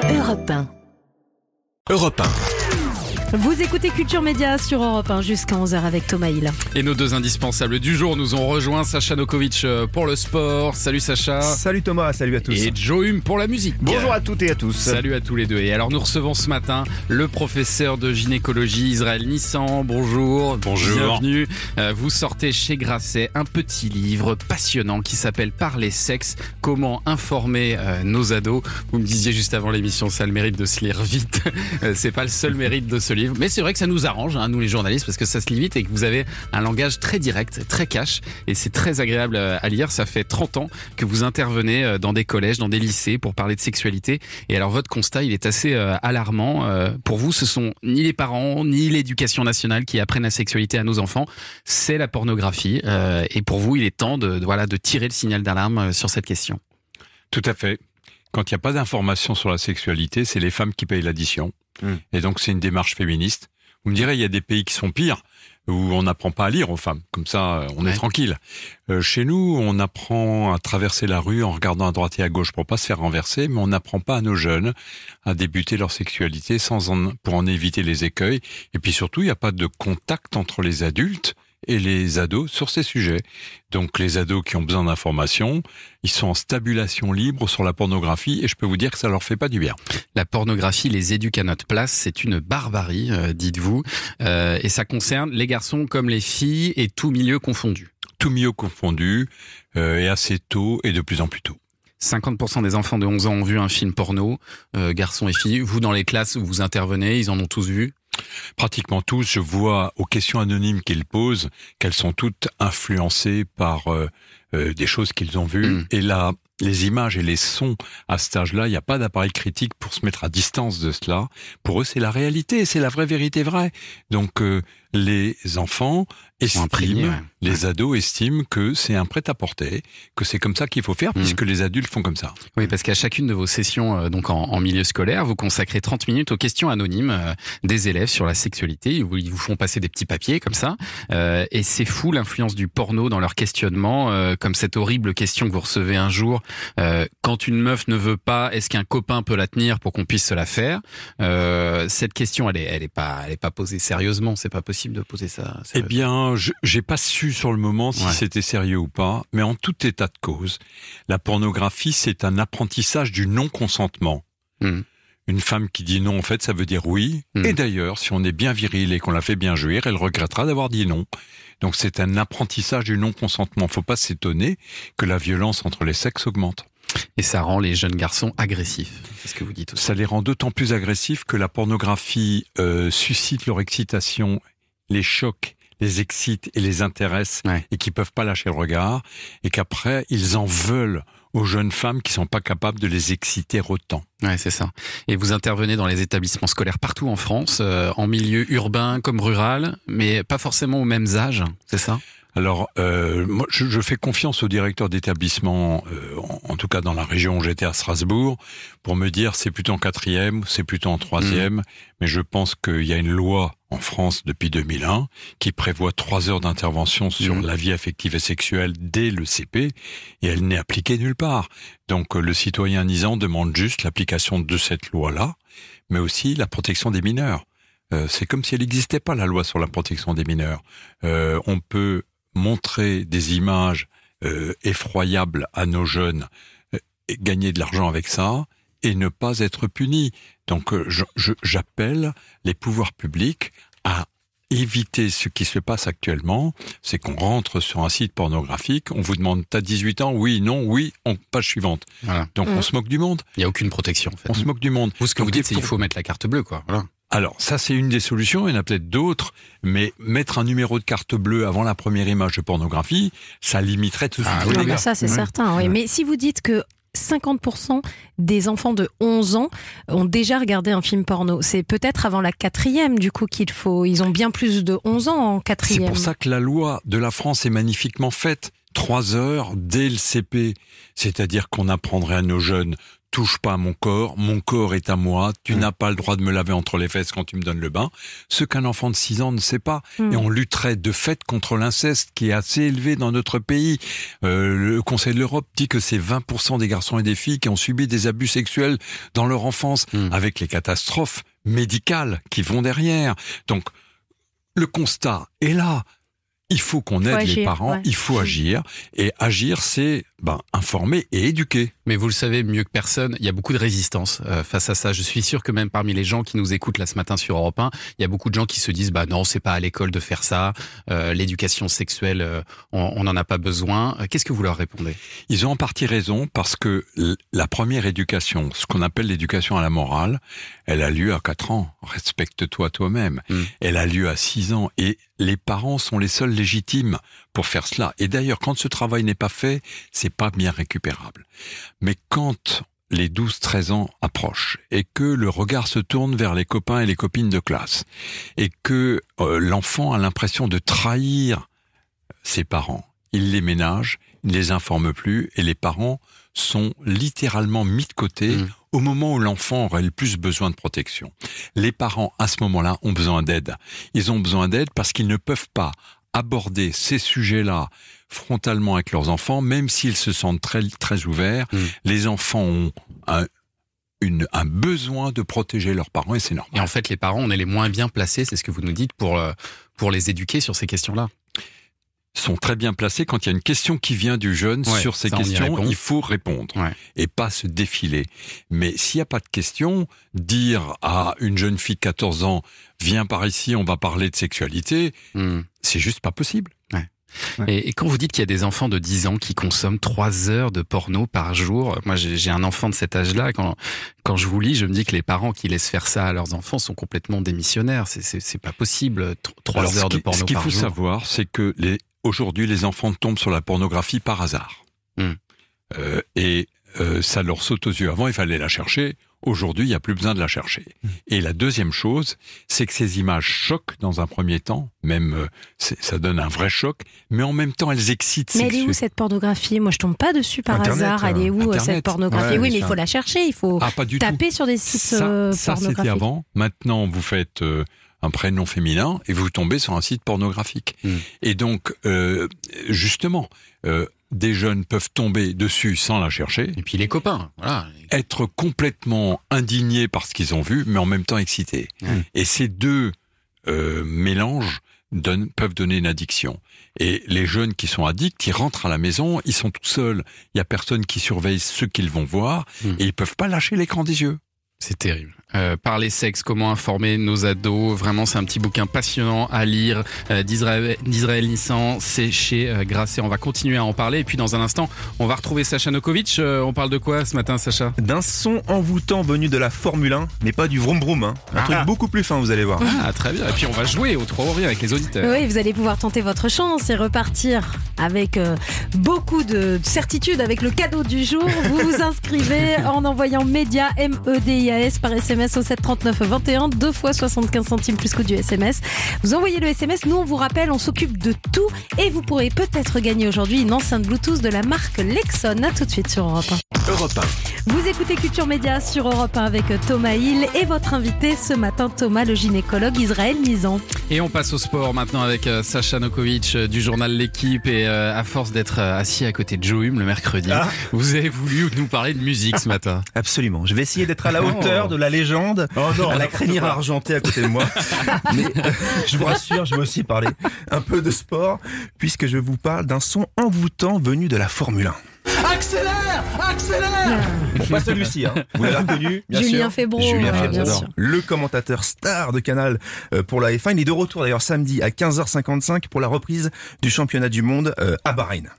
Europe 1. Europe 1. Vous écoutez Culture Média sur Europe 1 jusqu'à 11h avec Thomas Hill. Et nos deux indispensables du jour nous ont rejoint, Sacha Nokovic pour le sport. Salut Sacha. Salut Thomas, salut à tous. Et Joe Hume pour la musique. Bonjour à toutes et à tous. Salut à tous les deux. Et alors nous recevons ce matin le professeur de gynécologie Israël Nissan. Bonjour. Bonjour. Bienvenue. Vous sortez chez Grasset un petit livre passionnant qui s'appelle Parler sexe, comment informer nos ados. Vous me disiez juste avant l'émission, ça a le mérite de se lire vite. C'est pas le seul mérite de ce livre, mais c'est vrai que ça nous arrange, nous les journalistes, parce que ça se lit vite et que vous avez un langage très direct, très cash, et c'est très agréable à lire. Ça fait 30 ans que vous intervenez dans des collèges, dans des lycées pour parler de sexualité, et alors votre constat il est assez alarmant. Pour vous, ce sont ni les parents ni l'éducation nationale qui apprennent la sexualité à nos enfants, c'est la pornographie, et pour vous il est temps de tirer le signal d'alarme sur cette question. Tout à fait. Quand il n'y a pas d'information sur la sexualité, c'est les femmes qui payent l'addition. Et donc c'est une démarche féministe. Vous me direz, il y a des pays qui sont pires, où on n'apprend pas à lire aux femmes. Comme ça, on est tranquille. Chez nous, on apprend à traverser la rue en regardant à droite et à gauche pour pas se faire renverser, mais on n'apprend pas à nos jeunes à débuter leur sexualité pour en éviter les écueils. Et puis surtout, il n'y a pas de contact entre les adultes et les ados sur ces sujets. Donc les ados qui ont besoin d'informations, ils sont en stabulation libre sur la pornographie, et je peux vous dire que ça leur fait pas du bien. La pornographie les éduque à notre place, c'est une barbarie, dites-vous, et ça concerne les garçons comme les filles et tout milieu confondu. Tout milieu confondu, et assez tôt et de plus en plus tôt. 50% des enfants de 11 ans ont vu un film porno, garçons et filles. Vous, dans les classes où vous intervenez, ils en ont tous vu ? Pratiquement tous. Je vois aux questions anonymes qu'ils posent qu'elles sont toutes influencées par des choses qu'ils ont vues. Et là, les images et les sons à cet âge-là, il n'y a pas d'appareil critique pour se mettre à distance de cela. Pour eux, c'est la réalité, c'est la vraie vérité vraie. Donc, les enfants estiment, les ados estiment que c'est un prêt-à-porter, que c'est comme ça qu'il faut faire, puisque les adultes font comme ça. Oui, parce qu'à chacune de vos sessions donc en milieu scolaire, vous consacrez 30 minutes aux questions anonymes des élèves sur la sexualité. Ils vous font passer des petits papiers comme ça. Et c'est fou l'influence du porno dans leur questionnement, comme cette horrible question que vous recevez un jour. Quand une meuf ne veut pas, est-ce qu'un copain peut la tenir pour qu'on puisse se la faire ? Cette question, elle est pas posée sérieusement. C'est pas possible de poser ça. Eh bien, j'ai pas su sur le moment si c'était sérieux ou pas, mais en tout état de cause, la pornographie, c'est un apprentissage du non-consentement. Une femme qui dit non, en fait, ça veut dire oui. Et d'ailleurs, si on est bien viril et qu'on la fait bien jouir, elle regrettera d'avoir dit non. Donc c'est un apprentissage du non-consentement. Faut pas s'étonner que la violence entre les sexes augmente. Et ça rend les jeunes garçons agressifs. C'est ce que vous dites aussi. Ça les rend d'autant plus agressifs que la pornographie suscite leur excitation, les choque, les excite et les intéresse, et qui peuvent pas lâcher le regard, et qu'après, ils en veulent aux jeunes femmes qui sont pas capables de les exciter autant. Ouais, c'est ça. Et vous intervenez dans les établissements scolaires partout en France, en milieu urbain comme rural, mais pas forcément aux mêmes âges, c'est ça ? Alors, moi, je fais confiance au directeur d'établissement, en tout cas dans la région où j'étais à Strasbourg, pour me dire c'est plutôt en 4e, c'est plutôt en 3e, mais je pense qu'il y a une loi en France depuis 2001 qui prévoit 3 heures d'intervention sur la vie affective et sexuelle dès le CP, et elle n'est appliquée nulle part. Donc le citoyen nisant demande juste l'application de cette loi-là, mais aussi la protection des mineurs. C'est comme si elle n'existait pas, la loi sur la protection des mineurs. On peut montrer des images effroyables à nos jeunes, et gagner de l'argent avec ça, et ne pas être puni. Donc j'appelle les pouvoirs publics à éviter ce qui se passe actuellement, c'est qu'on rentre sur un site pornographique, on vous demande « t'as 18 ans ?» Oui, non, oui, page suivante. Voilà. Donc on se moque du monde. Il n'y a aucune protection en fait. On se moque du monde. Vous, ce que vous dites, c'est qu'il faut mettre la carte bleue, quoi. Voilà. Alors, ça, c'est une des solutions, il y en a peut-être d'autres, mais mettre un numéro de carte bleue avant la première image de pornographie, ça limiterait tout ça. Oui, ça, c'est certain, oui. Mais si vous dites que 50% des enfants de 11 ans ont déjà regardé un film porno, c'est peut-être avant la 4e, du coup, qu'il faut... Ils ont bien plus de 11 ans en 4e. C'est pour ça que la loi de la France est magnifiquement faite. 3 heures dès le CP. C'est-à-dire qu'on apprendrait à nos jeunes touche pas à mon corps est à moi, tu n'as pas le droit de me laver entre les fesses quand tu me donnes le bain. Ce qu'un enfant de 6 ans ne sait pas. Et on lutterait de fait contre l'inceste qui est assez élevé dans notre pays. Le Conseil de l'Europe dit que c'est 20% des garçons et des filles qui ont subi des abus sexuels dans leur enfance, avec les catastrophes médicales qui vont derrière. Donc, le constat est là. Il faut qu'on aide les parents, il faut agir. Et agir, c'est informer et éduquer. Mais vous le savez mieux que personne, il y a beaucoup de résistance face à ça. Je suis sûr que même parmi les gens qui nous écoutent là ce matin sur Europe 1, il y a beaucoup de gens qui se disent non, c'est pas à l'école de faire ça, l'éducation sexuelle, on n'en a pas besoin. Qu'est-ce que vous leur répondez ? Ils ont en partie raison parce que la première éducation, ce qu'on appelle l'éducation à la morale, elle a lieu à 4 ans. Respecte-toi toi-même. Elle a lieu à 6 ans et les parents sont les seuls légitimes pour faire cela. Et d'ailleurs, quand ce travail n'est pas fait, c'est pas bien récupérable. Mais quand les 12-13 ans approchent et que le regard se tourne vers les copains et les copines de classe et que l'enfant a l'impression de trahir ses parents, il les ménage, il ne les informe plus et les parents sont littéralement mis de côté au moment où l'enfant aurait le plus besoin de protection. Les parents, à ce moment-là, ont besoin d'aide. Ils ont besoin d'aide parce qu'ils ne peuvent pas aborder ces sujets-là frontalement avec leurs enfants, même s'ils se sentent très, très ouverts. Les enfants ont un besoin de protéger leurs parents et c'est normal. Et en fait, les parents, on est les moins bien placés, c'est ce que vous nous dites, pour les éduquer sur ces questions-là. Sont très bien placés quand il y a une question qui vient du jeune sur ces questions, il faut répondre et pas se défiler. Mais s'il n'y a pas de question, dire à une jeune fille de 14 ans, viens par ici, on va parler de sexualité, c'est juste pas possible. Et quand vous dites qu'il y a des enfants de 10 ans qui consomment 3 heures de porno par jour, moi j'ai un enfant de cet âge-là, quand je vous lis, je me dis que les parents qui laissent faire ça à leurs enfants sont complètement démissionnaires. C'est pas possible, 3 heures de porno par jour. Ce qu'il faut savoir, c'est que aujourd'hui, les enfants tombent sur la pornographie par hasard. Ça leur saute aux yeux. Avant, il fallait la chercher. Aujourd'hui, il n'y a plus besoin de la chercher. Et la deuxième chose, c'est que ces images choquent dans un premier temps. Même, ça donne un vrai choc. Mais en même temps, elles excitent. Mais elle est où cette pornographie ? Moi, je tombe pas dessus par hasard. Elle est où cette pornographie ? Oui, mais il faut la chercher. Il faut taper sur des sites pornographiques. Ça, c'était avant. Maintenant, vous faites un prénom féminin et vous tombez sur un site pornographique. Et donc, justement, des jeunes peuvent tomber dessus sans la chercher. Et puis les copains, voilà. Être complètement indignés par ce qu'ils ont vu, mais en même temps excités. Et ces deux mélanges peuvent donner une addiction. Et les jeunes qui sont addicts, ils rentrent à la maison, ils sont tout seuls. Il y a personne qui surveille ce qu'ils vont voir et ils peuvent pas lâcher l'écran des yeux. C'est terrible. Parler sexe, comment informer nos ados. Vraiment, c'est un petit bouquin passionnant à lire d'Israël Nissan. C'est chez Grasset. On va continuer à en parler. Et puis, dans un instant, on va retrouver Sacha Nokovic. On parle de quoi ce matin, Sacha ? D'un son envoûtant venu de la Formule 1, mais pas du vroom vroom. Un truc beaucoup plus fin, vous allez voir. Ah, très bien. Et puis, on va jouer au 3 revient avec les auditeurs. Oui, vous allez pouvoir tenter votre chance et repartir avec beaucoup de certitude avec le cadeau du jour. Vous vous inscrivez en envoyant MEDIAS, MEDIAS par SMS au 739 21, 2 fois 75 centimes plus coût du SMS. Vous envoyez le SMS, nous on vous rappelle, on s'occupe de tout et vous pourrez peut-être gagner aujourd'hui une enceinte Bluetooth de la marque Lexon. À tout de suite sur Europe 1. Europe 1. Vous écoutez Culture Média sur Europe 1 avec Thomas Hill et votre invité ce matin, Thomas, le gynécologue Israël Nizan. Et on passe au sport maintenant avec Sacha Nokovic du journal L'équipe et à force d'être assis à côté de Joe Hume le mercredi, vous avez voulu nous parler de musique ce matin. Absolument. Je vais essayer d'être à la hauteur de la légende, à la crinière argentée à côté de moi. Mais je vous rassure, je vais aussi parler un peu de sport puisque je vous parle d'un son envoûtant venu de la Formule 1. Accélère, accélère. Pas celui-ci, hein. Vous l'avez reconnu, bien sûr. Julien Febvre, bien sûr. Le commentateur star de Canal pour la F1. Il est de retour d'ailleurs samedi à 15h55 pour la reprise du championnat du monde à Bahreïn.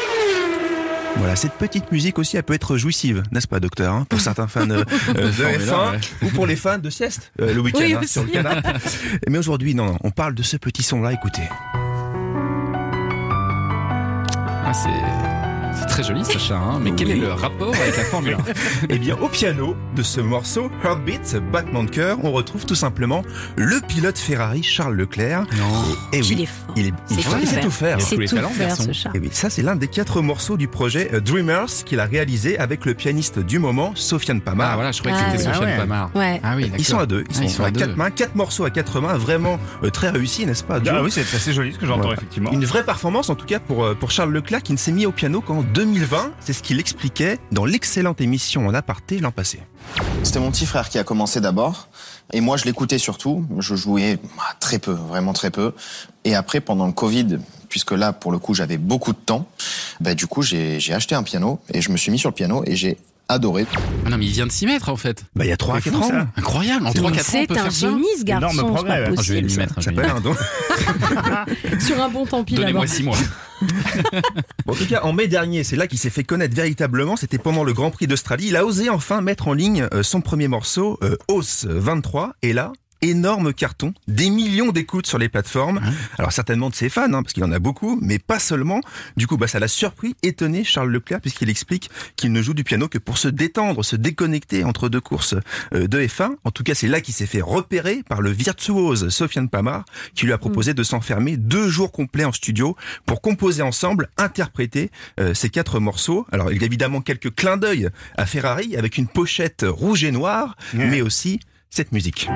Voilà, cette petite musique aussi, elle peut être jouissive, n'est-ce pas, docteur, hein, pour certains fans de F1 ou pour les fans de sieste le week-end sur le canal. Mais aujourd'hui, non, on parle de ce petit son-là, écoutez. Ah, C'est très joli Sacha, hein, mais quel est le rapport avec la Formule 1? Eh bien, au piano de ce morceau, Heartbeat, battement de cœur, on retrouve tout simplement le pilote Ferrari Charles Leclerc. Non. Et Il oui, est fort. il sait tout faire. Il a C'est tous les tout talents, faire, garçon. ce chat. Et oui, ça c'est l'un des 4 morceaux du projet Dreamers qu'il a réalisé avec le pianiste du moment, Sofiane Pamar. Ah voilà, je croyais que Ah, c'était ouais. Sofiane Ah ouais. Pamar. Ouais. Ah oui, d'accord. Ils sont à 2, ils sont à deux. 4 mains, 4 morceaux à 4 mains, vraiment très réussi, n'est-ce pas, Joe? Ah oui, c'est assez joli ce que j'entends, Voilà. effectivement. Une vraie performance en tout cas pour Charles Leclerc qui ne s'est mis au piano qu'en 2020, c'est ce qu'il expliquait dans l'excellente émission En Aparté l'an passé. C'était mon petit frère qui a commencé d'abord, et moi je l'écoutais surtout, je jouais très peu, vraiment très peu, et après pendant le Covid, puisque là pour le coup j'avais beaucoup de temps, du coup j'ai acheté un piano, et je me suis mis sur le piano, et j'ai adoré. Ah non, mais il vient de s'y mettre en fait. Bah il y a 3 à C'est 4 fou, ans. ça. Incroyable, en 3-4 ans on C'est peut un faire ça. génie ce garçon, Énorme c'est progrès, pas ouais. Je vais possible. m'y Ça mettre. je vais m'y s'appelle mettre. un don. Sur un bon tapis Donnez-moi là-bas. 6 mois. En tout cas, en mai dernier, c'est là qu'il s'est fait connaître véritablement. C'était pendant le Grand Prix d'Australie. Il a osé enfin mettre en ligne son premier morceau, Os 23. Et là, énorme carton, des millions d'écoutes sur les plateformes. Alors certainement de ses fans, parce qu'il en a beaucoup, mais pas seulement. Du coup, ça l'a surpris, étonné Charles Leclerc, puisqu'il explique qu'il ne joue du piano que pour se détendre, se déconnecter entre 2 courses de F1. En tout cas, c'est là qu'il s'est fait repérer par le virtuose Sofiane Pamar, qui lui a proposé de s'enfermer 2 jours complets en studio pour composer ensemble, interpréter ces 4 morceaux. Alors, il y a évidemment quelques clins d'œil à Ferrari, avec une pochette rouge et noire, mais aussi cette musique.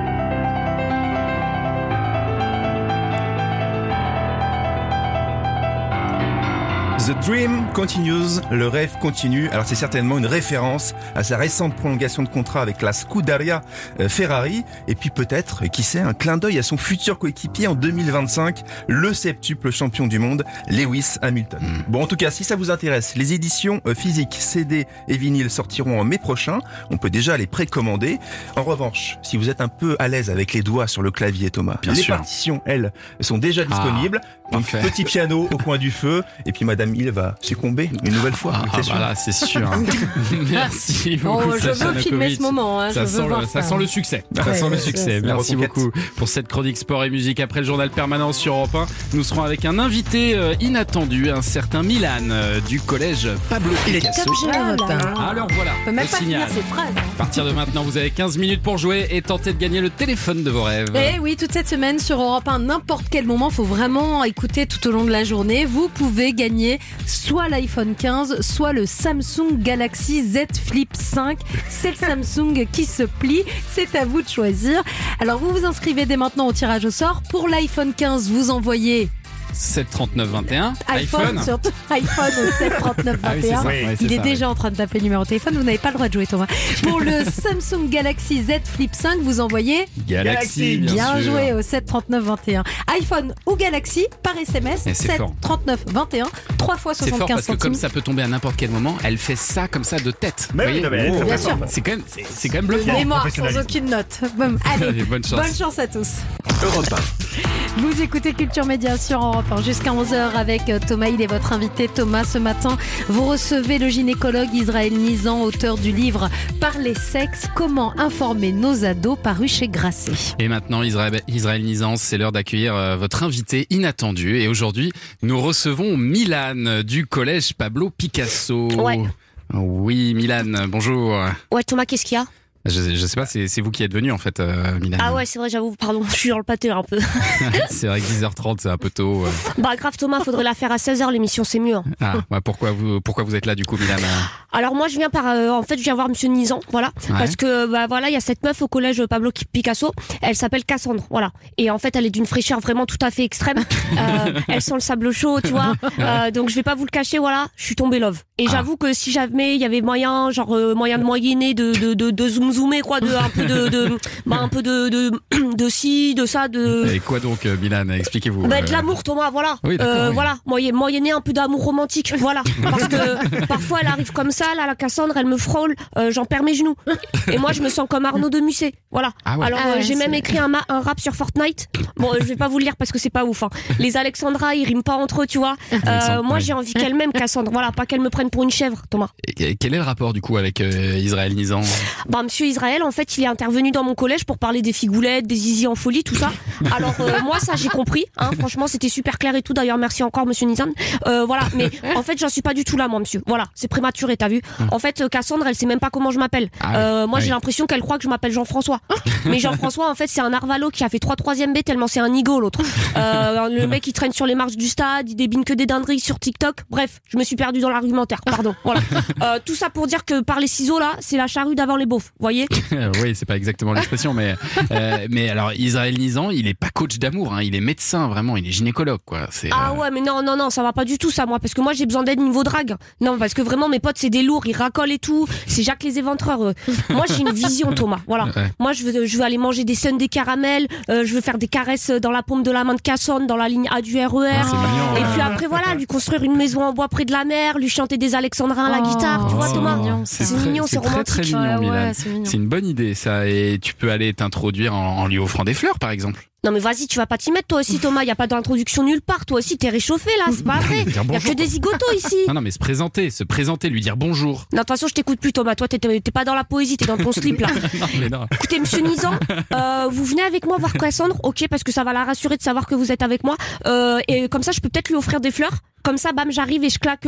The Dream Continues, le rêve continue. Alors c'est certainement une référence à sa récente prolongation de contrat avec la Scuderia Ferrari. Et puis peut-être, qui sait, un clin d'œil à son futur coéquipier en 2025, le septuple champion du monde, Lewis Hamilton. Bon, en tout cas, si ça vous intéresse, les éditions physiques, CD et vinyle sortiront en mai prochain. On peut déjà les précommander. En revanche, si vous êtes un peu à l'aise avec les doigts sur le clavier, Thomas, Bien les sûr. partitions, elles, sont déjà disponibles. Donc, parfait. petit piano au coin du feu. Et puis Madame Hill va succomber une nouvelle fois. Ah, c'est sûr. bah là, c'est sûr. Merci beaucoup. Oh, je Sacha veux filmer Nakovic. ce moment. Hein, Ça je veux voir ça sent le succès. Ça Ouais, sent le ouais, succès. la Merci reconquête. beaucoup pour cette chronique sport et musique. Après le journal permanent sur Europe 1, nous serons avec un invité inattendu, un certain Milan du collège Pablo Picasso. Alors voilà, On peut même le pas signal. finir ses phrases. À partir de maintenant, vous avez 15 minutes pour jouer et tenter de gagner le téléphone de vos rêves. Eh oui, toute cette semaine sur Europe 1, n'importe quel moment, faut vraiment écouter tout au long de la journée. Vous pouvez gagner soit l'iPhone 15, soit le Samsung Galaxy Z Flip 5. C'est le Samsung qui se plie. C'est à vous de choisir. Alors vous vous inscrivez dès maintenant au tirage au sort. Pour l'iPhone 15, vous envoyez 73921 iPhone, surtout iPhone au 73921. Ah oui, c'est ça. Ouais, c'est Il est ça, déjà en train de taper le numéro de téléphone. Vous n'avez pas le droit de jouer, Thomas. Pour le Samsung Galaxy Z Flip 5, vous envoyez Galaxy, bien sûr. joué au 73921. iPhone ou Galaxy par SMS Et c'est fort. 73921. 3 fois C'est fort 75 parce que comme centimes. ça peut tomber à n'importe quel moment, elle fait ça comme ça de tête. Mais Vous oui, voyez non, mais elle est très, Bien très sûr. forte. C'est quand même bluffant. Mémoire sans professionnalisme. aucune note. Bon, allez, Bonne chance. bonne chance à tous. Europe 1. Vous écoutez Culture Média sur Europe 1 jusqu'à 11h avec Thomas. Il est votre invité. Thomas, ce matin, vous recevez le gynécologue Israël Nizan, auteur du livre Parler sexe, comment informer nos ados, paru chez Grasset. Et maintenant, Israël Nizan, c'est l'heure d'accueillir votre invité inattendu. Et aujourd'hui, nous recevons Milan du collège Pablo Picasso. Ouais. Oui, Milan, bonjour. Ouais, Thomas, qu'est-ce qu'il y a? Je sais pas, c'est vous qui êtes venu en fait, Milan. Ah ouais, c'est vrai, j'avoue, pardon, je suis dans le pâté là, un peu. C'est vrai que 10h30, c'est un peu tôt. Bah grave, Thomas, faudrait la faire à 16h l'émission, c'est mieux. Hein. Ah, bah pourquoi vous êtes là du coup, Milan? Alors moi, je viens je viens voir Monsieur Nizan, voilà, Ouais. parce que voilà, il y a cette meuf au collège Pablo Picasso, elle s'appelle Cassandre, voilà, et en fait, elle est d'une fraîcheur vraiment tout à fait extrême. Elle sent le sable chaud, tu vois. Donc je vais pas vous le cacher, voilà, je suis tombée love. Et j'avoue que si jamais il y avait moyen, moyen de moyenner, de zoomer quoi, un peu de ci, de ça, Et quoi donc, Milan? Expliquez-vous. de l'amour, Thomas, voilà. Oui, d'accord, oui. Voilà, moyenner un peu d'amour romantique, voilà. Parce que parfois elle arrive comme ça, là, la Cassandre, elle me frôle, j'en perds mes genoux. Et moi, je me sens comme Arnaud de Musset, voilà. Ah ouais. Alors, Ah ouais, j'ai même c'est- écrit un rap sur Fortnite. Bon, je vais pas vous le lire parce que c'est pas ouf. Hein. Les Alexandra, ils riment pas entre eux, tu vois. Moi, ouais. j'ai envie qu'elle m'aime, Cassandre. Voilà, pas qu'elle me prenne pour une chèvre, Thomas. Et quel est le rapport du coup avec Israël Nizan? Bah, Monsieur monsieur Israël, en fait, il est intervenu dans mon collège pour parler des figoulettes, des zizi en folie, tout ça. Alors moi, ça j'ai compris. Franchement, c'était super clair et tout. D'ailleurs, merci encore, monsieur Nizam. Voilà, mais en fait, j'en suis pas du tout là, moi, monsieur. Voilà, c'est prématuré, t'as vu. En fait, Cassandre, elle sait même pas comment je m'appelle. Moi, j'ai l'impression qu'elle croit que je m'appelle Jean-François. Mais Jean-François, en fait, c'est un Arvalo qui a fait 3 3e B tellement c'est un nigo, l'autre. Le mec, il traîne sur les marches du stade, il débine que des dingueries sur TikTok. Bref, je me suis perdu dans l'argumentaire, pardon. Voilà. Tout ça pour dire que par les ciseaux, là, c'est la charrue d'avant les beaufs, voyez. Oui, c'est pas exactement l'expression, mais alors Israël Nizam, il est pas coach d'amour, il est médecin, vraiment, il est gynécologue, quoi. Ouais, mais non, ça va pas du tout, ça, moi, parce que moi, j'ai besoin d'aide niveau drague. Non, parce que vraiment, mes potes, c'est des lourds, ils racolent et tout. C'est Jacques les éventreurs. Moi, j'ai une vision, Thomas. Voilà. Ouais. Moi, je veux aller manger des sundaes caramel. Je veux faire des caresses dans la paume de la main de Cassandre, dans la ligne A du RER. Mignon, et puis après, voilà, lui construire une maison en bois près de la mer, lui chanter des alexandrins à la guitare. Tu vois, Thomas? C'est mignon, c'est romantique. Très mignon, Milan. C'est une bonne idée, ça. Et tu peux aller t'introduire en lui offrant des fleurs, par exemple. Non mais vas-y, tu vas pas t'y mettre toi aussi, Thomas, y a pas d'introduction nulle part, toi aussi t'es réchauffé là, c'est pas vrai. Y a que des zigotos ici. Non mais se présenter, lui dire bonjour. Non, attention, je t'écoute plus, Thomas, toi t'es pas dans la poésie, t'es dans ton slip là. non. Écoutez, monsieur Nizam, vous venez avec moi voir Cassandre, ok, parce que ça va la rassurer de savoir que vous êtes avec moi, et comme ça je peux peut-être lui offrir des fleurs. Comme ça, bam, j'arrive et je claque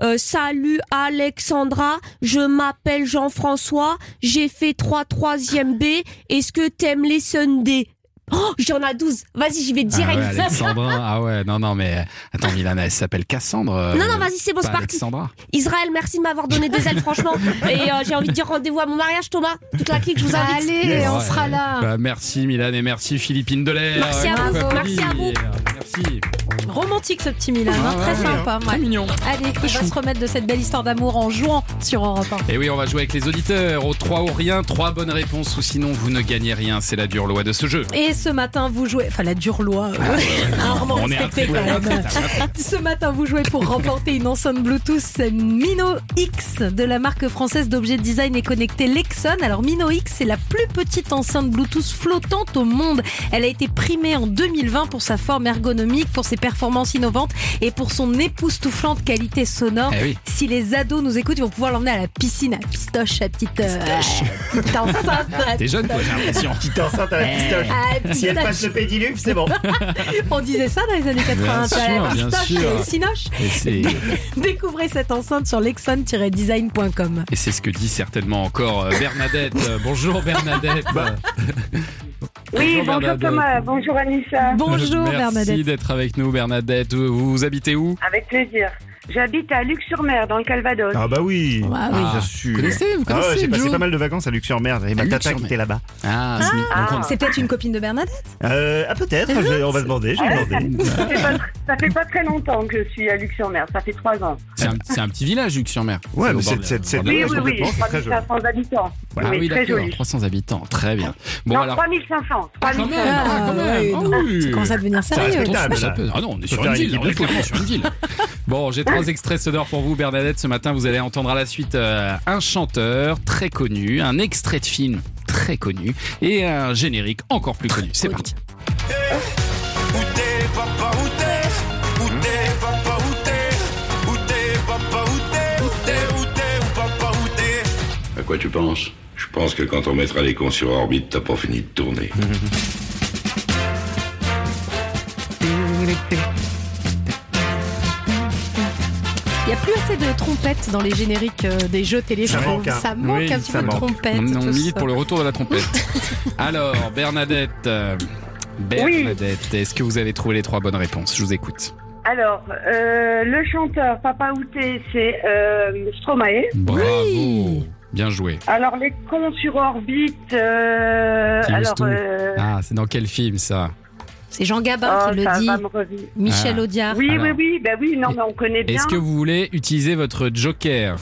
salut Alexandra, je m'appelle Jean-François, j'ai fait 3 3e B, est-ce que t'aimes les sundaes? Oh, j'en ai 12. Vas-y, j'y vais direct. Ah ouais, Alexandra, non, mais attends, Milan, elle s'appelle Cassandre. Non, vas-y, c'est bon, c'est parti. Alexandra. Israël, merci de m'avoir donné des ailes, franchement. Et j'ai envie de dire rendez-vous à mon mariage, Thomas. Toute la clique, je vous invite. Allez, on sera là. Merci, Milan, et merci, Philippine Delair. Merci à vous. Merci à vous. Merci. Romantique, ce petit Milan, très sympa. Très mignon. Allez, il va se remettre de cette belle histoire d'amour en jouant sur Europe 1. Et oui, on va jouer avec les auditeurs. Au 3 ou rien, 3 bonnes réponses, ou sinon vous ne gagnez rien. C'est la dure loi de ce jeu. Et ce matin, vous jouez... Enfin, la dure loi, rarement respectée quand même. Ce matin, vous jouez pour remporter une enceinte Bluetooth Mino X de la marque française d'objets de design et connectés Lexon. Alors, Mino X, c'est la plus petite enceinte Bluetooth flottante au monde. Elle a été primée en 2020 pour sa forme ergonomique, pour ses performances innovantes et pour son époustouflante qualité sonore. Oui. Si les ados nous écoutent, ils vont pouvoir l'emmener à la piscine à pistoche, à petite enceinte. T'es jeune, toi, j'ai l'impression. Petite enceinte à la pistoche. Si elle passe le pédiluve, c'est bon. On disait ça dans les années 80. Bien sûr. Sinoche. Découvrez cette enceinte sur lexon-design.com. Et c'est ce que dit certainement encore Bernadette. Bonjour Bernadette. Oui, bonjour Thomas, bonjour Anissa. Bonjour Merci Bernadette. Merci d'être avec nous Bernadette. Vous habitez où? Avec plaisir. J'habite à Luc-sur-Mer, dans le Calvados. Ah bah oui, Ah oui. bien sûr. Vous connaissez J'ai passé Joe pas mal de vacances à Luc-sur-Mer. Et ma tata qui était là-bas. C'est peut-être une copine de Bernadette? Peut-être, on va demander. Je vais demander. Ça fait pas très longtemps que je suis à Luc-sur-Mer, ça fait 3 ans. C'est un petit village Luc-sur-Mer. Ouais, mais c'est Oui, 3500 habitants. Voilà, oui, très joli. 300 habitants, très bien. Bon, non, alors... 3500. quand même. Ça commence à devenir sérieux. Ah non, on est sur une ville. On est clairement sur une ville. Bon, j'ai 3 extraits sonores pour vous, Bernadette. Ce matin, vous allez entendre à la suite un chanteur très connu, un extrait de film très connu et un générique encore plus connu. C'est parti. À quoi tu penses? Je pense que quand on mettra les cons sur orbite, t'as pas fini de tourner. Il n'y a plus assez de trompettes dans les génériques des jeux télé. Ça manque un petit peu de trompettes. On milite pour le retour de la trompette. Alors, Bernadette, est-ce que vous avez trouvé les 3 bonnes réponses? Je vous écoute. Alors, le chanteur Papa Outé, c'est Stromae. Bravo, bien joué. Alors, les cons sur orbite, c'est dans quel film ça? C'est Jean Gabin qui le dit. Michel Audiard. Oui, alors, oui, non, mais on connaît bien. Est-ce que vous voulez utiliser votre joker?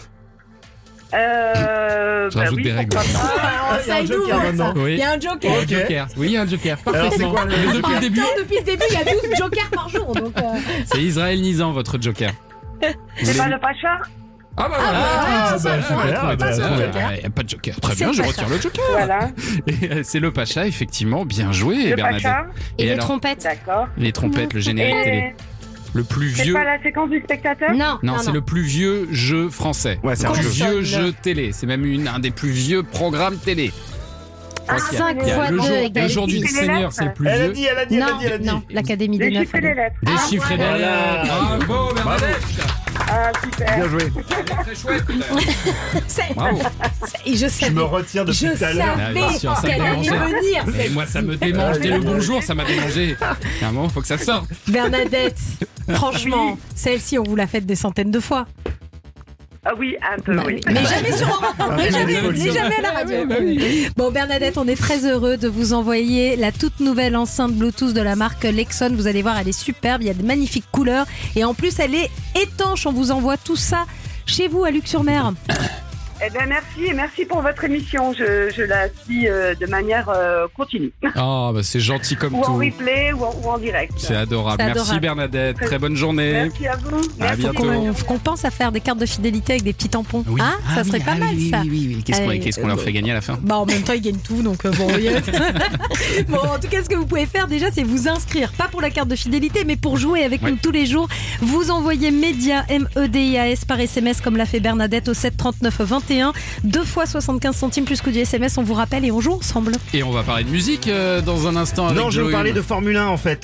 Je rajoute des règles. Ça est nouveau, ça. Oui. Il y a un joker. Oui, il y a un joker. Parfaitement. Depuis le début, il y a 12 jokers par jour. Donc C'est Israël Nizam, votre joker. C'est pas le Pacha? Ah bah voilà, il n'y a pas de joker. Très bien, je retire le joker. Voilà. Et c'est le Pacha, effectivement, bien joué, le Bernadette. Pacha. Et les trompettes. D'accord. Les trompettes, le générique télé. Le plus C'est vieux. pas la séquence du spectateur? Non, c'est le plus vieux jeu français. Ouais, c'est le un plus jeu. vieux jeu télé. C'est même un des plus vieux programmes télé. Ah, Il y a- 5 il y a fois le deux jour, égale le jour du 10. Seigneur, c'est le plus Elle a vieux. dit, elle a dit, elle a dit, elle a dit. Non, l'Académie des Les 9. chiffres et les lettres. Des chiffres et des voilà. lettres. Bravo, Bernadette. Ah, super. Bien joué. Très chouette. Et Bravo. je Je savais. me retire depuis Je tout à l'heure. Ah, bien sûr, ça savais me qu'elle allait démangeait. venir. Mais moi, ça me démange. Dès le bonjour, ça m'a démangé. À un moment, faut que ça sorte. Bernadette, franchement, celle-ci, on vous l'a faite des centaines de fois. Ah oui, un peu, Bah oui. oui. Mais jamais sur Europe 1, mais jamais à la radio. Bon, Bernadette, on est très heureux de vous envoyer la toute nouvelle enceinte Bluetooth de la marque Lexon. Vous allez voir, elle est superbe, il y a de magnifiques couleurs et en plus, elle est étanche. On vous envoie tout ça chez vous à Luc-sur-Mer. Eh bien, merci et merci pour votre émission. Je la suis de manière continue. Oh, bah c'est gentil comme Ou en tout. replay ou en direct. C'est adorable. C'est Merci adorable. Bernadette. Très bonne journée. Merci à vous. Merci. bientôt. Faut qu'on pense à faire des cartes de fidélité avec des petits tampons. Oui. Hein, ça serait pas mal, ça. Oui. Qu'est-ce qu'on leur fait gagner à la fin? Bah en même temps ils gagnent tout donc bon. Bon en tout cas ce que vous pouvez faire déjà c'est vous inscrire pas pour la carte de fidélité mais pour jouer avec nous tous les jours. Vous envoyez MEDIAS MEDIAS par SMS comme l'a fait Bernadette au 7 39 21 2 fois 75 centimes plus coût du SMS. On vous rappelle et on joue ensemble. Et on va parler de musique dans un instant. Avec Non, je vais vous Joey. parler de Formule 1 en fait.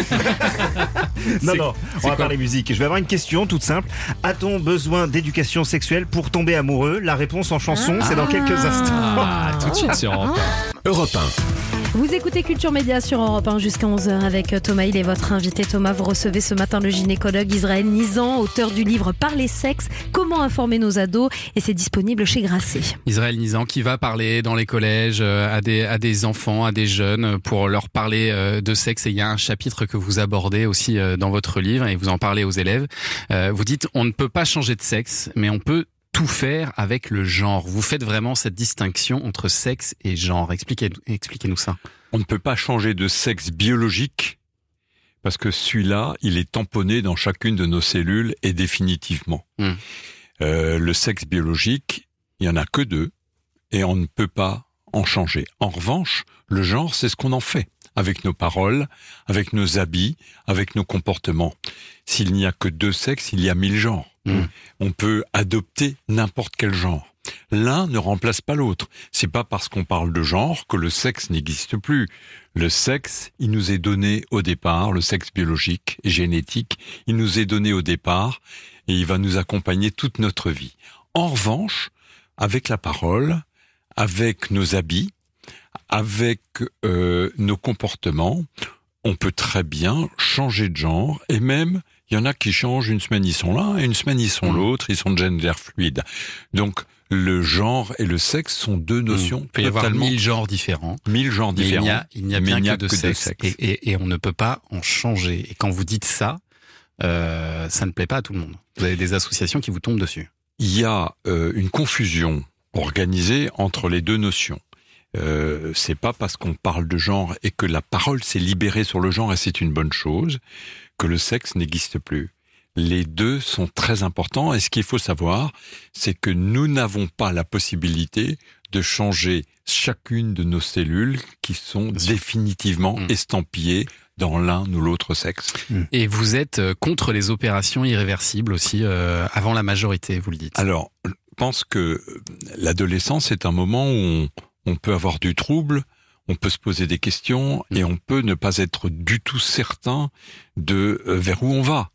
Non, on va parler musique. Je vais avoir une question toute simple. A-t-on besoin d'éducation sexuelle pour tomber amoureux? La réponse en chanson, c'est dans quelques instants. Ah, tout de suite sur Europe 1. Europe 1. Vous écoutez Culture Média sur Europe 1 jusqu'à 11h avec Thomas. Il est votre invité. Thomas, vous recevez ce matin le gynécologue Israël Nizan, auteur du livre Parler sexe, comment informer nos ados, et c'est disponible chez Grasset. Israël Nizan qui va parler dans les collèges à des enfants, à des jeunes pour leur parler de sexe. Et il y a un chapitre que vous abordez aussi dans votre livre et vous en parlez aux élèves. Vous dites on ne peut pas changer de sexe, mais on peut tout faire avec le genre. Vous faites vraiment cette distinction entre sexe et genre. Expliquez-nous ça. On ne peut pas changer de sexe biologique parce que celui-là, il est tamponné dans chacune de nos cellules et définitivement. Le sexe biologique, il y en a que 2 et on ne peut pas en changer. En revanche, le genre, c'est ce qu'on en fait avec nos paroles, avec nos habits, avec nos comportements. S'il n'y a que 2 sexes, il y a 1000 genres. On peut adopter n'importe quel genre. L'un ne remplace pas l'autre. C'est pas parce qu'on parle de genre que le sexe n'existe plus. Le sexe, il nous est donné au départ, le sexe biologique et génétique, il nous est donné au départ et il va nous accompagner toute notre vie. En revanche, avec la parole, avec nos habits, avec nos comportements, on peut très bien changer de genre et même il y en a qui changent, une semaine ils sont là, et une semaine ils sont l'autre, ils sont de gender fluide. Donc, le genre et le sexe sont 2 notions Il peut y avoir totalement... 1000 genres différents. 1000 genres Mais différents. il n'y a bien que 2 sexes. Et on ne peut pas en changer. Et quand vous dites ça, ça ne plaît pas à tout le monde. Vous avez des associations qui vous tombent dessus. Il y a une confusion organisée entre les 2 notions. C'est pas parce qu'on parle de genre et que la parole s'est libérée sur le genre et c'est une bonne chose que le sexe n'existe plus. Les 2 sont très importants et ce qu'il faut savoir, c'est que nous n'avons pas la possibilité de changer chacune de nos cellules qui sont définitivement estampillées dans l'un ou l'autre sexe. Et vous êtes contre les opérations irréversibles aussi, avant la majorité, vous le dites. Alors, je pense que l'adolescence est un moment où on peut avoir du trouble, on peut se poser des questions et on peut ne pas être du tout certain de vers où on va.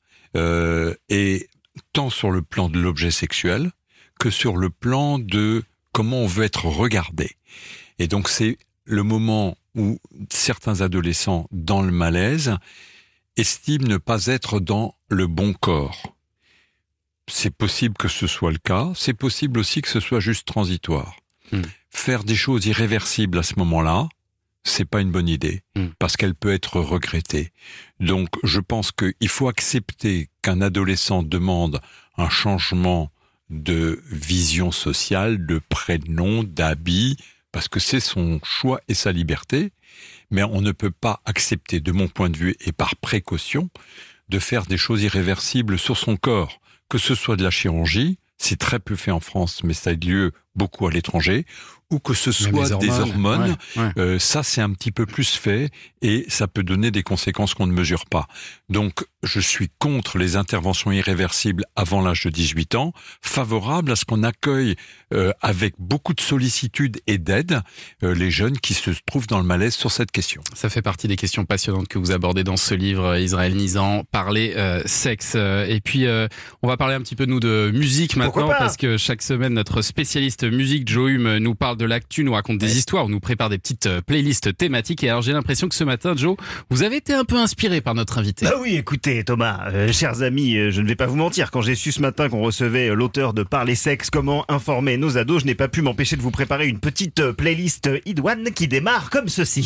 Et tant sur le plan de l'objet sexuel que sur le plan de comment on veut être regardé. Et donc c'est le moment où certains adolescents, dans le malaise, estiment ne pas être dans le bon corps. C'est possible que ce soit le cas, c'est possible aussi que ce soit juste transitoire. Faire des choses irréversibles à ce moment-là, c'est pas une bonne idée, parce qu'elle peut être regrettée. Donc, je pense qu'il faut accepter qu'un adolescent demande un changement de vision sociale, de prénom, d'habit, parce que c'est son choix et sa liberté, mais on ne peut pas accepter, de mon point de vue et par précaution, de faire des choses irréversibles sur son corps, que ce soit de la chirurgie, c'est très peu fait en France, mais ça a lieu beaucoup à l'étranger, ou que ce soit des hormones, ça c'est un petit peu plus fait et ça peut donner des conséquences qu'on ne mesure pas. Donc je suis contre les interventions irréversibles avant l'âge de 18 ans, favorable à ce qu'on accueille avec beaucoup de sollicitude et d'aide les jeunes qui se trouvent dans le malaise sur cette question. Ça fait partie des questions passionnantes que vous abordez dans ce livre, Israël Nizan, parler sexe. Et puis on va parler un petit peu nous de musique maintenant, parce que chaque semaine notre spécialiste musique Joe Hume nous parle de l'actu, nous raconte des histoires, nous prépare des petites playlists thématiques. Et alors j'ai l'impression que ce matin, Joe, vous avez été un peu inspiré par notre invité. Bah oui, écoutez Thomas, chers amis, je ne vais pas vous mentir, quand j'ai su ce matin qu'on recevait l'auteur de Parler sexe, comment informer nos ados, je n'ai pas pu m'empêcher de vous préparer une petite playlist idoine qui démarre comme ceci.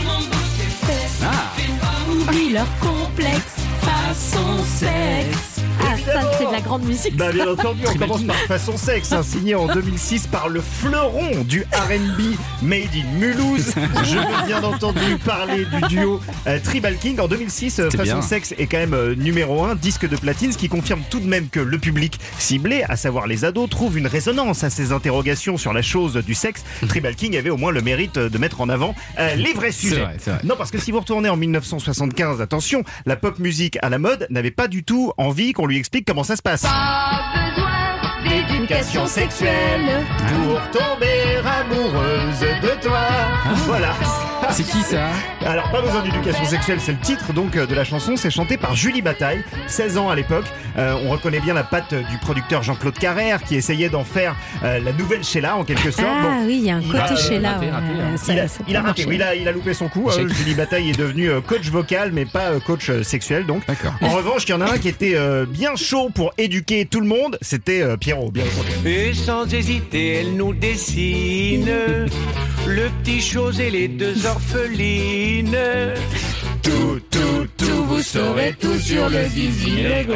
Oublie leur complexe façon sexe. Ah, ça c'est de la grande musique. Bah bien entendu, on commence par Façon sexe, signé en 2006 par le fleuron du R&B Made in Mulhouse. Je veux bien entendu parler du duo Tribal King. En 2006, Façon sexe est quand même numéro 1, disque de platine, ce qui confirme tout de même que le public ciblé, à savoir les ados, trouve une résonance à ces interrogations sur la chose du sexe. Tribal King avait au moins le mérite de mettre en avant les vrais sujets. C'est vrai. Non, parce que si vous retournez en 1975, attention, la pop musique à la mode n'avait pas du tout envie qu'on lui explique comment ça se passe. Pas besoin d'éducation sexuelle pour tomber amoureuse de toi. Voilà. C'est qui ça? Alors pas besoin d'éducation sexuelle, c'est le titre donc de la chanson. C'est chanté par Julie Bataille, 16 ans à l'époque. On reconnaît bien la patte du producteur Jean-Claude Carrère qui essayait d'en faire la nouvelle Sheila en quelque sorte. Ah oui, il y a un côté Sheila. Il a raté, il a loupé son coup. Julie Bataille est devenue coach vocal mais pas coach sexuel donc. En revanche, il y en a un qui était bien chaud pour éduquer tout le monde, c'était Pierrot, bien entendu. Et sans hésiter, elle nous dessine le petit chose et les deux orphelines. Tout, vous saurez tout sur le zizi.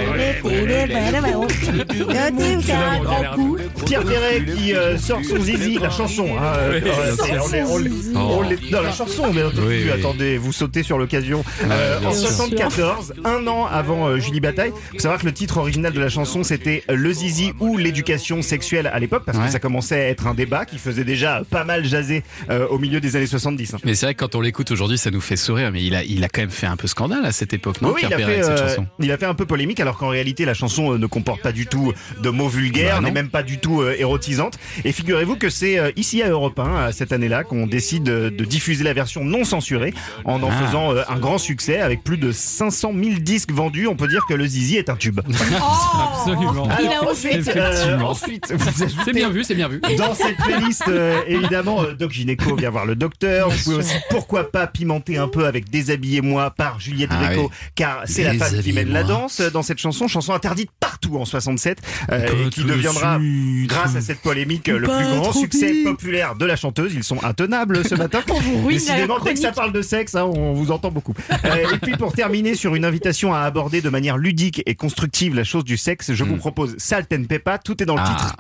Pierre Perret qui sort son zizi, la chanson. Non, la chanson, mais entendu, attendez, vous sautez sur l'occasion. En 74, un an avant Julie Bataille, faut savoir que le titre original de la chanson c'était Le zizi ou l'éducation sexuelle à l'époque, parce que ça commençait à être un débat qui faisait déjà pas mal jaser au milieu des années 70. Mais c'est vrai que quand on l'écoute aujourd'hui, ça nous fait sourire, mais il a quand même fait un peu scandale à cette époque, non? Oui, il a fait un peu polémique, alors qu'en réalité la chanson ne comporte pas du tout de mots vulgaires, n'est même pas du tout érotisante. Et figurez-vous que c'est ici à Europe 1, cette année-là, qu'on décide de diffuser la version non censurée en faisant un grand succès avec plus de 500 000 disques vendus. On peut dire que le zizi est un tube. Absolument. Alors, ensuite, vous ajoutez, c'est bien vu. Dans cette playlist, évidemment, Doc Gynéco vient voir le docteur. Vous pouvez aussi, pourquoi pas, pimenter un peu avec Déshabillez-moi par Juliette Gréco, car c'est la femme qui mène la danse dans cette chanson interdite partout en 67, et qui deviendra, grâce à cette polémique, le plus grand succès populaire de la chanteuse. Ils sont intenables ce matin. Décidément, dès que ça parle de sexe, on vous entend beaucoup. Et puis pour terminer sur une invitation à aborder de manière ludique et constructive la chose du sexe, je vous propose Salt and Peppa, tout est dans le titre.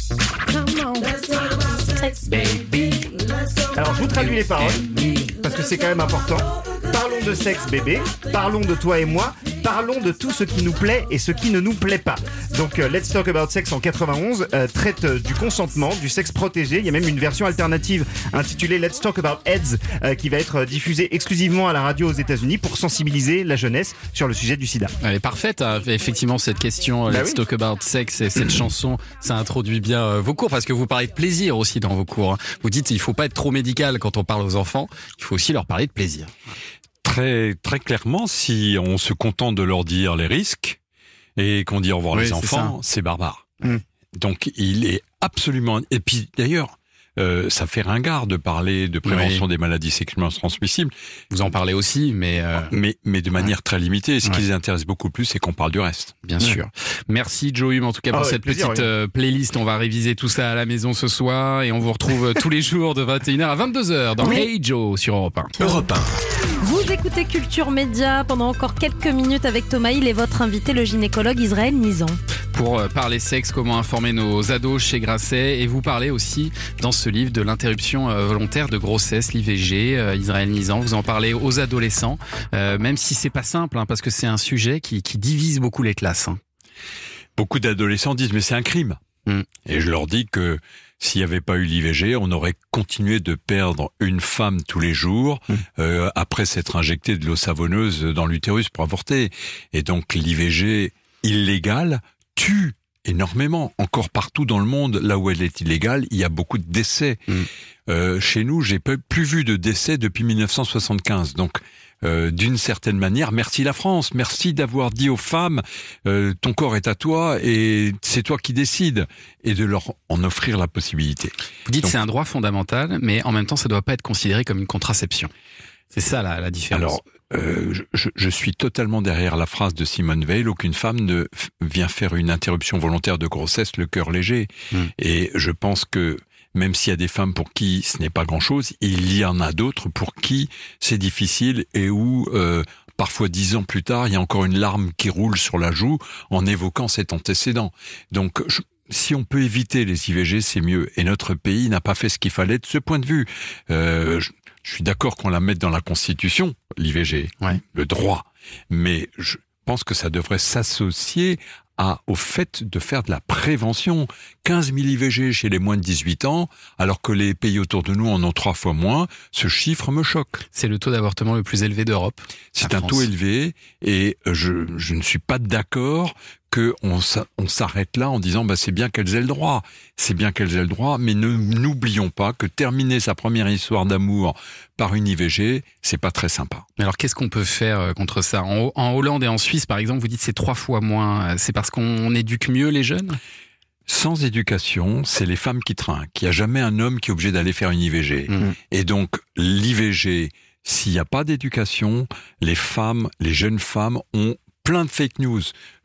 Alors je vous traduis les paroles, parce que c'est quand même important. Parlons de sexe bébé, parlons de toi et moi, parlons de tout ce qui nous plaît et ce qui ne nous plaît pas. Donc Let's Talk About Sex en 91 traite du consentement, du sexe protégé. Il y a même une version alternative intitulée Let's Talk About AIDS qui va être diffusée exclusivement à la radio aux États-Unis pour sensibiliser la jeunesse sur le sujet du sida. Elle est parfaite, effectivement, cette question Let's Talk About Sex et cette chanson, ça introduit bien vos cours, parce que vous parlez de plaisir aussi dans vos cours. Vous dites il faut pas être trop médical quand on parle aux enfants, il faut aussi leur parler de plaisir. Très, très clairement, si on se contente de leur dire les risques et qu'on dit au revoir les enfants, c'est barbare. Donc, il est absolument... Et puis, d'ailleurs, ça fait ringard de parler de prévention des maladies sexuellement transmissibles. Vous en parlez aussi, mais de manière très limitée. Ce qui les intéresse beaucoup plus, c'est qu'on parle du reste. Bien sûr. Merci Joe Hume, en tout cas, pour cette petite playlist. On va réviser tout ça à la maison ce soir et on vous retrouve tous les jours de 21h à 22h dans Hey Joe sur Europe 1. Europe 1. Vous écoutez Culture Média pendant encore quelques minutes avec Thomas Hill et votre invité, le gynécologue Israël Nizan. Pour parler sexe, comment informer nos ados chez Grasset, et vous parlez aussi dans ce livre de l'interruption volontaire de grossesse, l'IVG. Israël Nizan, vous en parlez aux adolescents, même si c'est pas simple, parce que c'est un sujet qui divise beaucoup les classes. Beaucoup d'adolescents disent mais c'est un crime. Et je leur dis que S'il n'y avait pas eu l'IVG, on aurait continué de perdre une femme tous les jours après s'être injecté de l'eau savonneuse dans l'utérus pour avorter. Et donc l'IVG illégale tue énormément. Encore partout dans le monde, là où elle est illégale, il y a beaucoup de décès. Chez nous, j'ai plus vu de décès depuis 1975. Donc, d'une certaine manière, merci la France, merci d'avoir dit aux femmes ton corps est à toi et c'est toi qui décides, et de leur en offrir la possibilité. Vous dites que c'est un droit fondamental, mais en même temps ça ne doit pas être considéré comme une contraception. C'est ça la différence. Alors, je suis totalement derrière la phrase de Simone Veil, aucune femme ne vient faire une interruption volontaire de grossesse le cœur léger. Et je pense que même s'il y a des femmes pour qui ce n'est pas grand-chose, il y en a d'autres pour qui c'est difficile et où, parfois 10 ans plus tard, il y a encore une larme qui roule sur la joue en évoquant cet antécédent. Donc, si on peut éviter les IVG, c'est mieux. Et notre pays n'a pas fait ce qu'il fallait de ce point de vue. Je suis d'accord qu'on la mette dans la Constitution, l'IVG, le droit. Mais je pense que ça devrait s'associer au fait de faire de la prévention. 15 000 IVG chez les moins de 18 ans, alors que les pays autour de nous en ont 3 fois moins, ce chiffre me choque. C'est le taux d'avortement le plus élevé d'Europe. C'est un taux élevé, et je ne suis pas d'accord qu'on s'arrête là en disant c'est bien qu'elles aient le droit. C'est bien qu'elles aient le droit, mais n'oublions pas que terminer sa première histoire d'amour par une IVG, c'est pas très sympa. Mais alors qu'est-ce qu'on peut faire contre ça ? En Hollande et en Suisse, par exemple, vous dites c'est 3 fois moins. C'est parce qu'on éduque mieux les jeunes ? Sans éducation, c'est les femmes qui trinquent. Il n'y a jamais un homme qui est obligé d'aller faire une IVG. Et donc, l'IVG, s'il n'y a pas d'éducation, les jeunes femmes ont plein de fake news.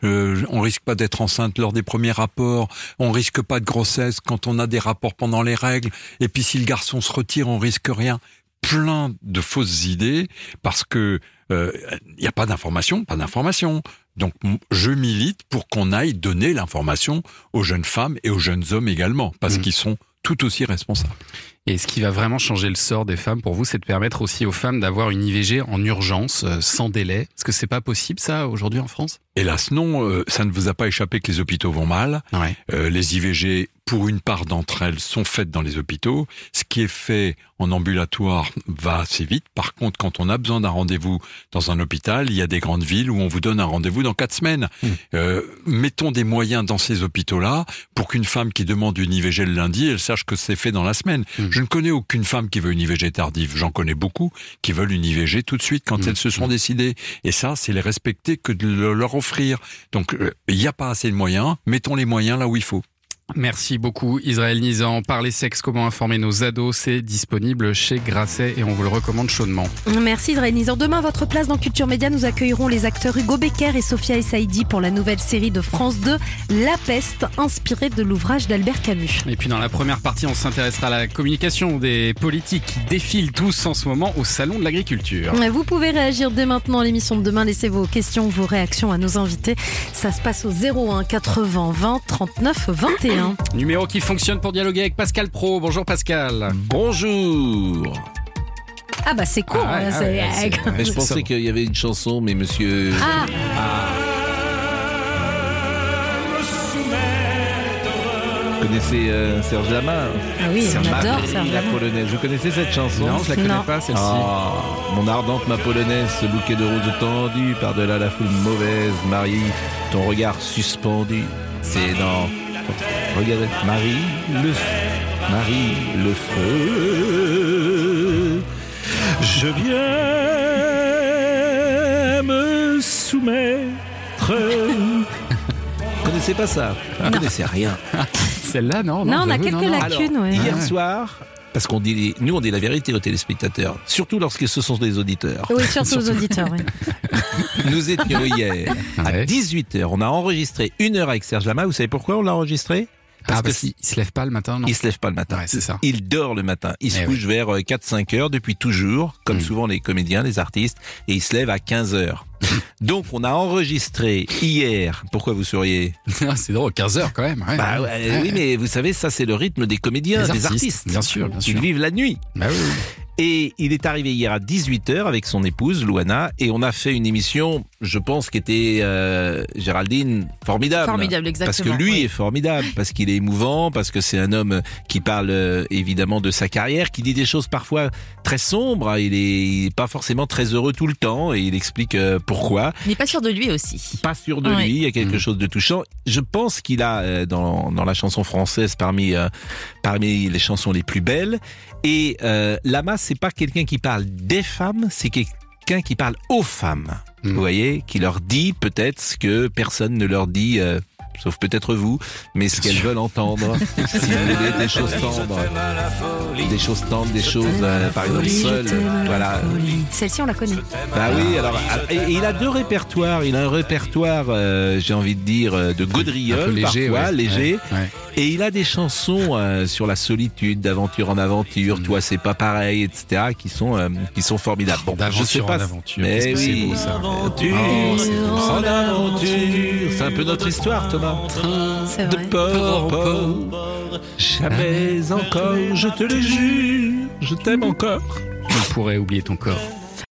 On risque pas d'être enceinte lors des premiers rapports, on risque pas de grossesse quand on a des rapports pendant les règles, et puis si le garçon se retire, on risque rien. Plein de fausses idées, parce que il n'y a pas d'information. Donc, je milite pour qu'on aille donner l'information aux jeunes femmes et aux jeunes hommes également, parce qu'ils sont tout aussi responsables. Et ce qui va vraiment changer le sort des femmes pour vous, c'est de permettre aussi aux femmes d'avoir une IVG en urgence, sans délai. Est-ce que c'est pas possible ça aujourd'hui en France ? Hélas non, ça ne vous a pas échappé que les hôpitaux vont mal. Les IVG, pour une part d'entre elles, sont faites dans les hôpitaux. Ce qui est fait en ambulatoire va assez vite. Par contre, quand on a besoin d'un rendez-vous dans un hôpital, il y a des grandes villes où on vous donne un rendez-vous dans 4 semaines. Mettons des moyens dans ces hôpitaux-là pour qu'une femme qui demande une IVG le lundi, elle sache que c'est fait dans la semaine. Je ne connais aucune femme qui veut une IVG tardive. J'en connais beaucoup qui veulent une IVG tout de suite quand elles se sont décidées. Et ça, c'est les respecter que de leur offrir. Donc, il n'y a pas assez de moyens. Mettons les moyens là où il faut. Merci beaucoup Israël Nizan. Parler sexe, comment informer nos ados, c'est disponible chez Grasset et on vous le recommande chaudement. Merci Israël Nizan. Demain, votre place dans Culture Média, nous accueillerons les acteurs Hugo Becker et Sophia Essaidi pour la nouvelle série de France 2, La Peste, inspirée de l'ouvrage d'Albert Camus. Et puis dans la première partie, on s'intéressera à la communication des politiques qui défilent tous en ce moment au Salon de l'Agriculture. Vous pouvez réagir dès maintenant à l'émission de demain. Laissez vos questions, vos réactions à nos invités. Ça se passe au 01 80 20 39 21. Numéro qui fonctionne pour dialoguer avec Pascal Pro. Bonjour Pascal. Bonjour. Ah bah c'est court. Mais je pensais qu'il y avait une chanson, mais monsieur... Vous connaissez Serge Lama? Ah oui, on adore Serge la Lama. polonaise. Vous connaissez cette chanson? Non, je la connais pas celle-ci. Mon ardente, ma polonaise, ce bouquet de roses tendues, par-delà la foule mauvaise, Marie, ton regard suspendu. C'est dans... Regardez, Marie, le feu. Je viens me soumettre. Vous connaissez pas ça? Vous connaissez rien. Celle-là, non. Non, on a quelques lacunes. Alors, hier soir, parce qu'on dit, nous on dit la vérité aux téléspectateurs, surtout lorsque ce sont des auditeurs. Oui, surtout aux auditeurs. Oui. Nous étions hier à 18h, on a enregistré 1 heure avec Serge Lama. Vous savez pourquoi on l'a enregistré? Parce qu'il se lève pas le matin, non? Il se lève pas le matin. Ouais, c'est ça. Il dort le matin. Il se couche vers 4-5 heures depuis toujours, comme souvent les comédiens, les artistes, et il se lève à 15 heures. Donc on a enregistré hier. Pourquoi vous souriez? C'est drôle, 15 heures quand même. Ouais. Oui, mais vous savez, ça c'est le rythme des comédiens, des artistes. Bien sûr. Ils vivent la nuit. Bah oui. Et il est arrivé hier à 18h avec son épouse, Louana, et on a fait une émission, je pense, qui était, Géraldine, formidable. Formidable, exactement. Parce que lui est formidable, parce qu'il est émouvant, parce que c'est un homme qui parle évidemment de sa carrière, qui dit des choses parfois très sombres. Il est pas forcément très heureux tout le temps, et il explique pourquoi. Il n'est pas sûr de lui aussi. Pas sûr de lui, il y a quelque chose de touchant. Je pense qu'il a, dans la chanson française, parmi les chansons les plus belles. Et Lama, c'est pas quelqu'un qui parle des femmes, c'est quelqu'un qui parle aux femmes. Vous voyez, qui leur dit peut-être ce que personne ne leur dit, sauf peut-être vous, mais ce qu'elles veulent entendre. Si vous voulez des choses tendres, des choses, par exemple, seules. Voilà. Celle-ci, on la connaît. Bah oui, alors, et il a deux répertoires. Il a un répertoire, j'ai envie de dire, de gaudriole, léger, parfois, ouais. léger. Ouais. Et il a des chansons sur la solitude, d'aventure en aventure, toi c'est pas pareil, etc., qui sont formidables. Bon, je sais pas, en aventure. mais Qu'est-ce que oui, c'est beau, ça. en aventure, c'est un peu notre histoire, Thomas. C'est De vrai. port en port, jamais encore, je te le jure, je t'aime encore. On pourrait oublier ton corps.